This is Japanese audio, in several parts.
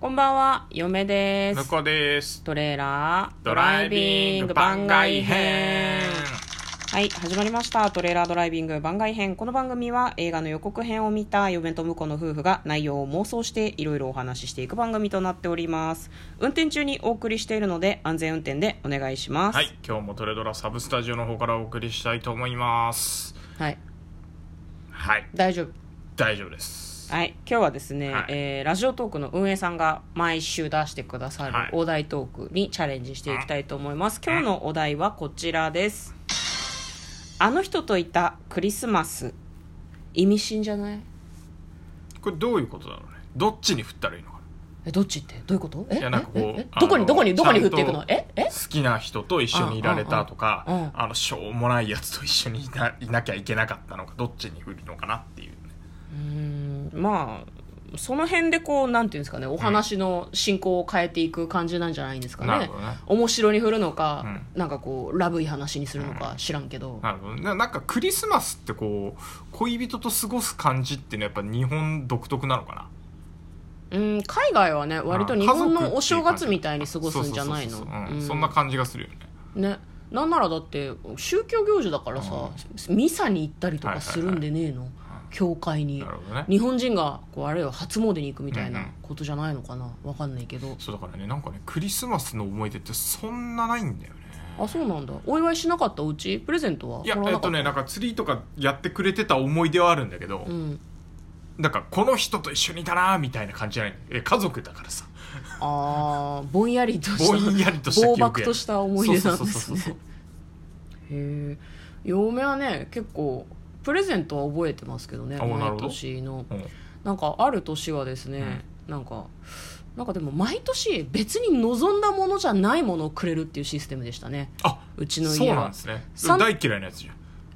こんばんは、嫁です。 向こうです。 トレーラードライビング番外編。はい、始まりました。トレーラードライビング番外編。この番組は映画の予告編を見た嫁と婿の夫婦が内容を妄想していろいろお話ししていく番組となっております。運転中にお送りしているので安全運転でお願いします。 はい、今日もトレドラサブスタジオの方からお送りしたいと思います。 はい、 大丈夫です。 はい、今日はですね、 はい、 ラジオトークの運営さんが毎週出してくださるお題トークにチャレンジしていきたいと思います。今日のお題はこちらです。あの人といたクリスマス、意味深じゃない？ これどういうことだろうね。どっちに振ったらいいのかな。 どっちってどういうこと？ いやなんかこうどこに振っていくの？ 好きな人と一緒にいられたとか、しょうもないやつと一緒にいなきゃいけなかったのか、どっちに振るのかなっていう。 まあその辺でこうなんていうんですかね、お話の進行を変えていく感じなんじゃないんですかね。 なるほどね。 面白に振るのか、なんかこうラブい話にするのか知らんけど、 なるほどね。なんかクリスマスってこう恋人と過ごす感じっていうのはやっぱ日本独特なのかな。 海外はね割と日本のお正月みたいに過ごすんじゃないの？ そんな感じがするよね。 ね、なんならだって宗教行事だからさ、ミサに行ったりとかするんでねえの、教会に、 なるほどね。 日本人がこうあれよ初詣に行くみたいなことじゃないのかな、わかんないけど。 そうだからね、なんかねクリスマスの思い出ってそんなないんだよね。 あ、そうなんだ。お祝いしなかった？うちプレゼントは？ いやなんかツリーとかやってくれてた思い出はあるんだけど、なんかこの人と一緒にいたなみたいな感じじゃない。家族だからさ。 ぼんやりとした暴漠とした思い出なんですね。へえ。嫁はね結構プレゼントは覚えてますけどね、毎年の。なんかある年はですね、なんかでも毎年別に望んだものじゃないものをくれるっていうシステムでしたね。うちの家は。そうなんですね。 大嫌いなやつじゃん。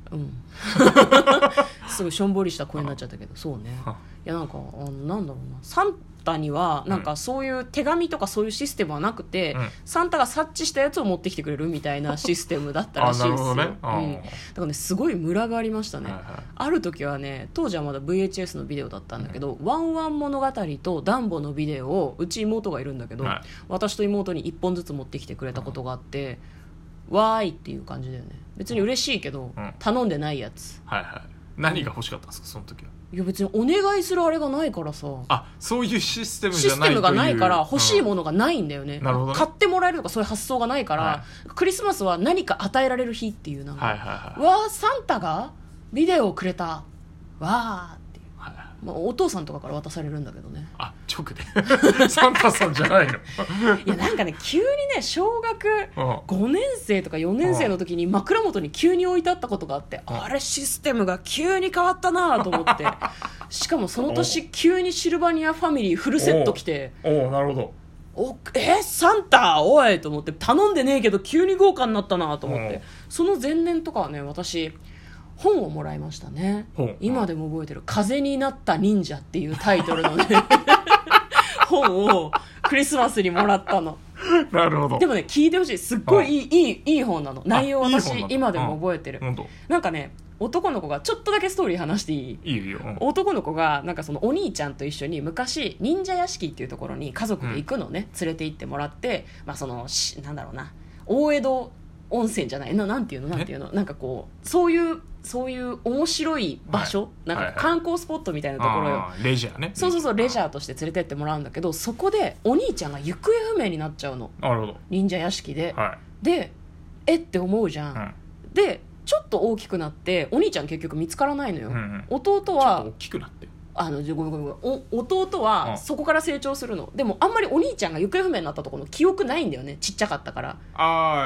すごいしょんぼりした声になっちゃったけど、そうね。いやなんかなんだろうな、サンタにはなんかそういう手紙とかそういうシステムはなくて、サンタが察知したやつを持ってきてくれるみたいなシステムだったらしいですよ。だからねすごいムラがありましたね。ある時はね、当時はまだ VHS のビデオだったんだけど、ワンワン物語とダンボのビデオを、うち妹がいるんだけど、私と妹に1本ずつ持ってきてくれたことがあって、わーいっていう感じだよね。別に嬉しいけど、頼んでないやつ。 何が欲しかったんですかその時は。 いや別にお願いするあれがないからさ。 そういうシステムじゃないという。システムがないから欲しいものがないんだよね。なるほどね。買ってもらえるとかそういう発想がないから、クリスマスは何か与えられる日っていう、なんか、わーサンタがビデオをくれたわーっていう、お父さんとかから渡されるんだけどね。 直でサンタさんじゃないの。いやなんかね、急にね小学5年生とか4年生の時に枕元に急に置いてあったことがあって、あれシステムが急に変わったなと思って。しかもその年急にシルバニアファミリーフルセット来て、 なるほど。 サンタおいと思って、頼んでねえけど急に豪華になったなと思って。その前年とかはね、私本をもらいましたね。今でも覚えてる。風になった忍者っていうタイトルのね本をクリスマスにもらったの。 なるほど。 でもね聞いてほしい。すっごいいい本なの。内容私今でも覚えてる。なんかね、男の子がちょっとだけストーリー話していい？いいよ。男の子がなんかそのお兄ちゃんと一緒に昔忍者屋敷っていうところに家族で行くのね、連れて行ってもらって、そのなんだろうな、大江戸温泉じゃないなんていうのなんかこうそういう面白い場所、なんか観光スポットみたいなところよ。 レジャーね。 そうレジャーとして連れてってもらうんだけど、そこでお兄ちゃんが行方不明になっちゃうの。 なるほど。 忍者屋敷で、でって思うじゃん、でちょっと大きくなってお兄ちゃん結局見つからないのよ、弟はちょっと大きくなってごめん弟はそこから成長するの。でもあんまりお兄ちゃんが行方不明になったところの記憶ないんだよね、ちっちゃかったから。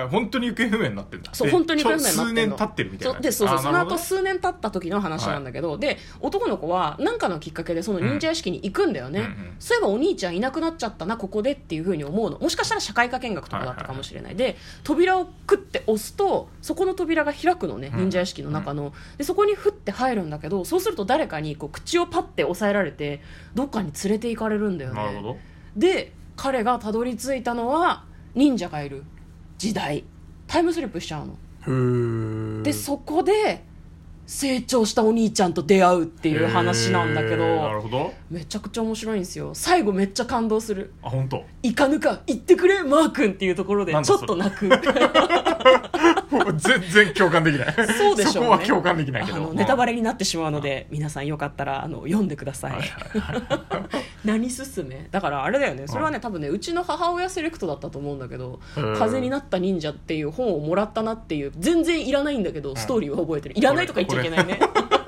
本当に行方不明になってるんだ。 そう、本当に行方不明になってるの。 数年経ってるみたいな。 その後数年経った時の話なんだけど、で男の子は何かのきっかけでその忍者屋敷に行くんだよね、そういえばお兄ちゃんいなくなっちゃったなここでっていう風に思うの。もしかしたら社会科見学とかだったかもしれない。で扉をクッて押すとそこの扉が開くのね、忍者屋敷の中の。でそこにフッて入るんだけど、そうすると誰かにこう口をパッて押さえられてどっかに連れて行かれるんだよね。 なるほど。 で彼がたどり着いたのは忍者がいる時代。タイムスリップしちゃうの。でそこで成長したお兄ちゃんと出会うっていう話なんだけど、 なるほど。 めちゃくちゃ面白いんですよ。最後めっちゃ感動する。 あ、本当。 行かぬか言ってくれマー君っていうところでちょっと泣く。 全然共感できない。 そうでしょうね。 そこは共感できないけど、 ネタバレになってしまうので、皆さんよかったら読んでください。何進めだからあれだよね。それはね、多分ね、うちの母親セレクトだったと思うんだけど、風になった忍者っていう本をもらったなっていう、全然いらないんだけどストーリーは覚えてる。いらないとか言っちゃいけないね。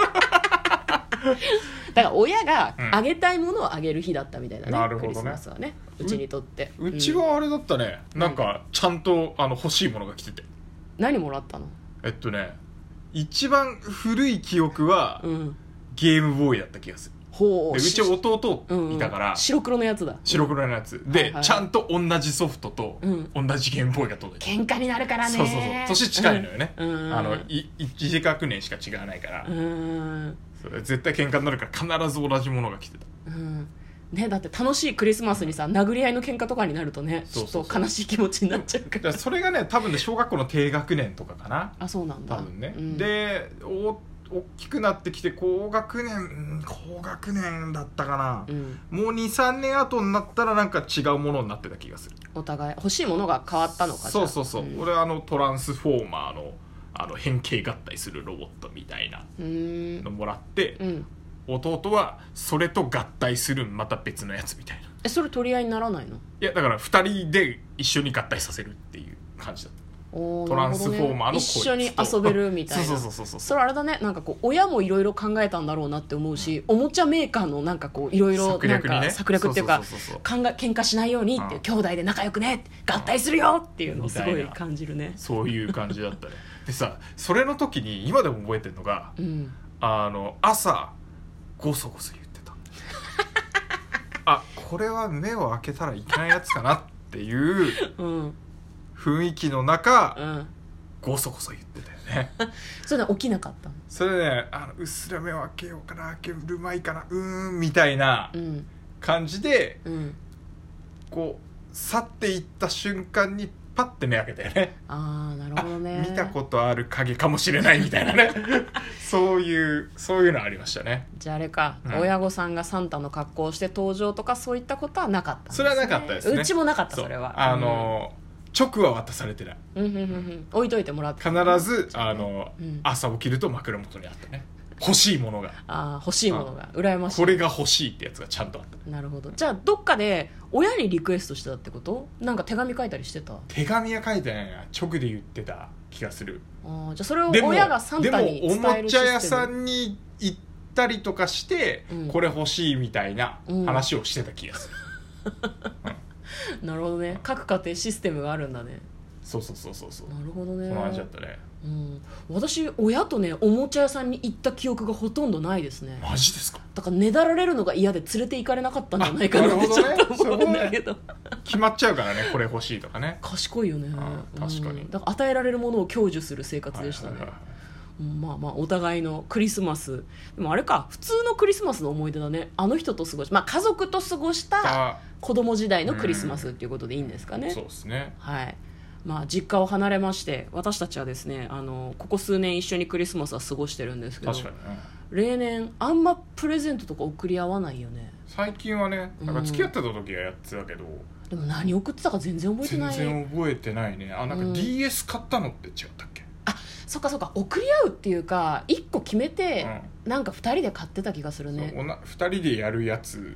だから親があげたいものをあげる日だったみたいなね、 なるほどね。 クリスマスはね、うちにとって。 うちはあれだったね、なんかちゃんと欲しいものが来てて。 何もらったの？ 一番古い記憶は、ゲームボーイだった気がする。 ほう。 でうち弟いたから、 白黒のやつだ。 白黒のやつで、ちゃんと同じソフトと同じゲームボーイが届いて、 喧嘩になるからね。 そう年近いのよね。1学年しか違わないから、絶対喧嘩になるから必ず同じものが来てた。 ね、だって楽しいクリスマスにさ、殴り合いの喧嘩とかになるとね、ちょっと悲しい気持ちになっちゃうから。 それがね、多分ね、小学校の低学年とかかな。 あ、そうなんだ。 多分ね。で大きくなってきて高学年だったかな、もう 2,3 年後になったらなんか違うものになってた気がする。 お互い欲しいものが変わったのか。 そう、俺はトランスフォーマーの変形合体するロボットみたいなのもらって、弟はそれと合体するまた別のやつみたいな。 それ取り合いにならないの？ いやだから2人で一緒に合体させるっていう感じだった。トランスフォーマーの一緒に遊べるみたいな。 そうそれあれだね、なんかこう親もいろいろ考えたんだろうなって思うし、おもちゃメーカーのなんかこういろいろなんか策略っていうか、喧嘩しないようにっていう、兄弟で仲良くね合体するよっていうのをすごい感じるね。 そういう感じだったね。でさ、それの時に今でも覚えてるのが、朝ゴソゴソ言ってた。あ、これは目を開けたらいけないやつかなっていう雰囲気の中、ゴソゴソ言ってたよね。 それで起きなかったの？ それね、うっすら目を開けようかな、開ける前かな、みたいな感じで、こう去っていった瞬間にパッて目開けたよね。 ああ、なるほどね。 見たことある影かもしれないみたいなね。そういうのありましたね。 じゃああれか、親御さんがサンタの格好をして登場とかそういったことはなかったんですね。 それはなかったですね。 うちもなかった。それは直は渡されてない。 置いといてもらって、 必ず朝起きると枕元にあったね、欲しいものが。 欲しいものが羨ましい。 これが欲しいってやつがちゃんとあった。 なるほど。じゃあどっかで親にリクエストしてたってこと？なんか手紙書いたりしてた？ 手紙は書いてないな、直で言ってた気がする。 じゃあそれを親がサンタに伝えるシステム。 でもおもちゃ屋さんに行ったりとかして、これ欲しいみたいな話をしてた気がする。 なるほどね。各家庭システムがあるんだね。 そう。 なるほどね。 その話だったね。 私親とねおもちゃ屋さんに行った記憶がほとんどないですね。 マジですか？ だからねだられるのが嫌で連れて行かれなかったんじゃないかなってちょっと思うんだけど、 決まっちゃうからね、これ欲しいとかね。 賢いよね。 確かに。 だから与えられるものを享受する生活でしたね。まあお互いのクリスマスでもあれか、普通のクリスマスの思い出だね。あの人と過ごし、家族と過ごした子供時代のクリスマスっていうことでいいんですかね。 そうですね。 はい。実家を離れまして私たちはですね、ここ数年一緒にクリスマスは過ごしてるんですけど、 確かにね、 例年あんまプレゼントとか送り合わないよね。 最近はね、なんか付き合ってた時はやってたけど、 でも何送ってたか全然覚えてない。 全然覚えてないね。なんか DS 買ったのって違ったっけ？ そっか送り合うっていうか1個決めて、なんか2人で買ってた気がするね。 2人でやるやつ、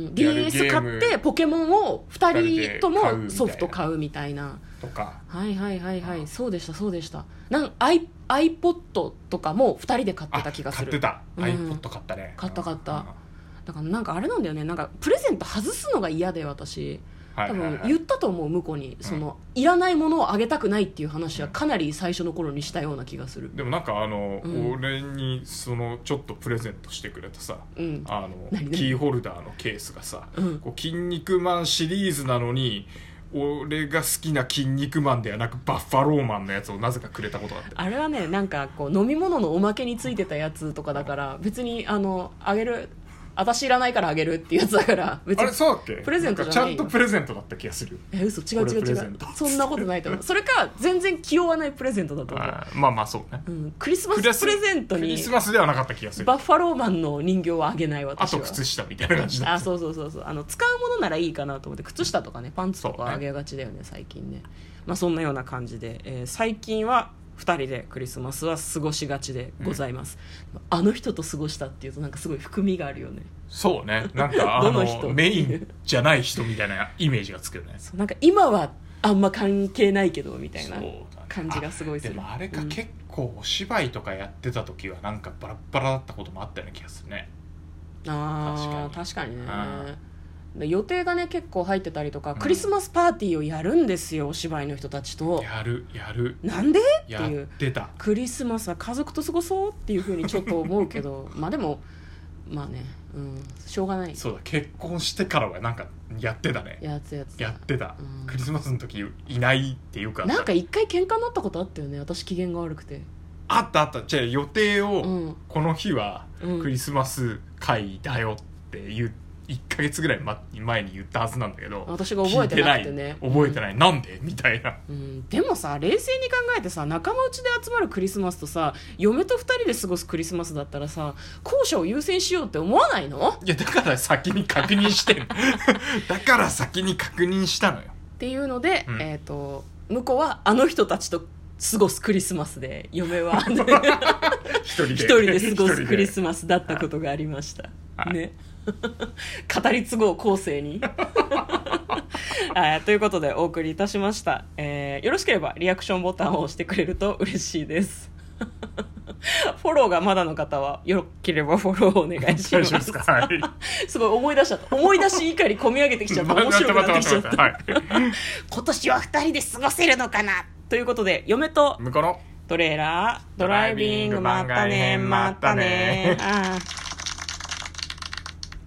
DS 買ってポケモンを2人ともソフト買うみたいなとか。 はい、そうでしたなんか iPod とかも2人で買ってた気がする。 買ってた、iPod 買ったね。 買っただからなんかあれなんだよね、なんかプレゼント外すのが嫌で私多分言ったと思う、向こうにいらないものをあげたくないっていう話はかなり最初の頃にしたような気がする。 でもなんか俺にちょっとプレゼントしてくれたさ、キーホルダーのケースがさ、こう筋肉マンシリーズなのに俺が好きな筋肉マンではなくバッファローマンのやつをなぜかくれたことがあって、 あれはねなんかこう飲み物のおまけについてたやつとかだから別にあげる私いらないからあげるっていうやつだから別あれそうだっけ？ プレゼントじゃないよ。 ちゃんとプレゼントだった気がする。 嘘、違う違う違う、そんなことないと思う。それか全然気負わないプレゼントだと思う。 まあまあそうね、 クリスマスプレゼントにクリスマスではなかった気がする。 バッファローマンの人形はあげない私は。 あと靴下みたいな感じだった。 あ、そう使うものならいいかなと思って、靴下とかねパンツとかあげがちだよね最近ね。まあそんなような感じで、最近は2人でクリスマスは過ごしがちでございます、あの人と過ごしたっていうとなんかすごい含みがあるよね。 そうね、なんかどの人メインじゃない人みたいなイメージがつくよね。 なんか今はあんま関係ないけどみたいな感じがすごいする。 でもあれか、結構お芝居とかやってた時はなんかバラッバラだったこともあったような気がするね。 確かにね。予定がね結構入ってたりとか、クリスマスパーティーをやるんですよお芝居の人たちと。 やるなんでっていう。 やってた。 クリスマスは家族と過ごそうっていう風にちょっと思うけどまあでもまあね、しょうがない。 そうだ、結婚してからはなんかやってたね。やってた、クリスマスの時いないっていうか、 なんか一回喧嘩になったことあったよね私、機嫌が悪くて。 あったじゃあ予定を、この日はクリスマス会だよって言って1ヶ月ぐらい前に言ったはずなんだけど、 私が覚えてなくてね、 覚えてない、なんでみたいな、 でもさ冷静に考えてさ、仲間内で集まるクリスマスとさ嫁と2人で過ごすクリスマスだったらさ、後者を優先しようって思わないの？ いやだから先に確認してんだから先に確認したのよっていうので、向こうはあの人たちと過ごすクリスマスで、嫁は一人で過ごすクリスマスだったことがありましたね語り継ごう後世にということでお送りいたしました、よろしければリアクションボタンを押してくれると嬉しいですフォローがまだの方はよければフォローをお願いしますはい、 すごい思い出しちゃった。思い出し怒り込み上げてきちゃった。面白くなってきちゃった、今年は2人で過ごせるのかなということで、嫁と向こうのトレーラードライビング、またねああ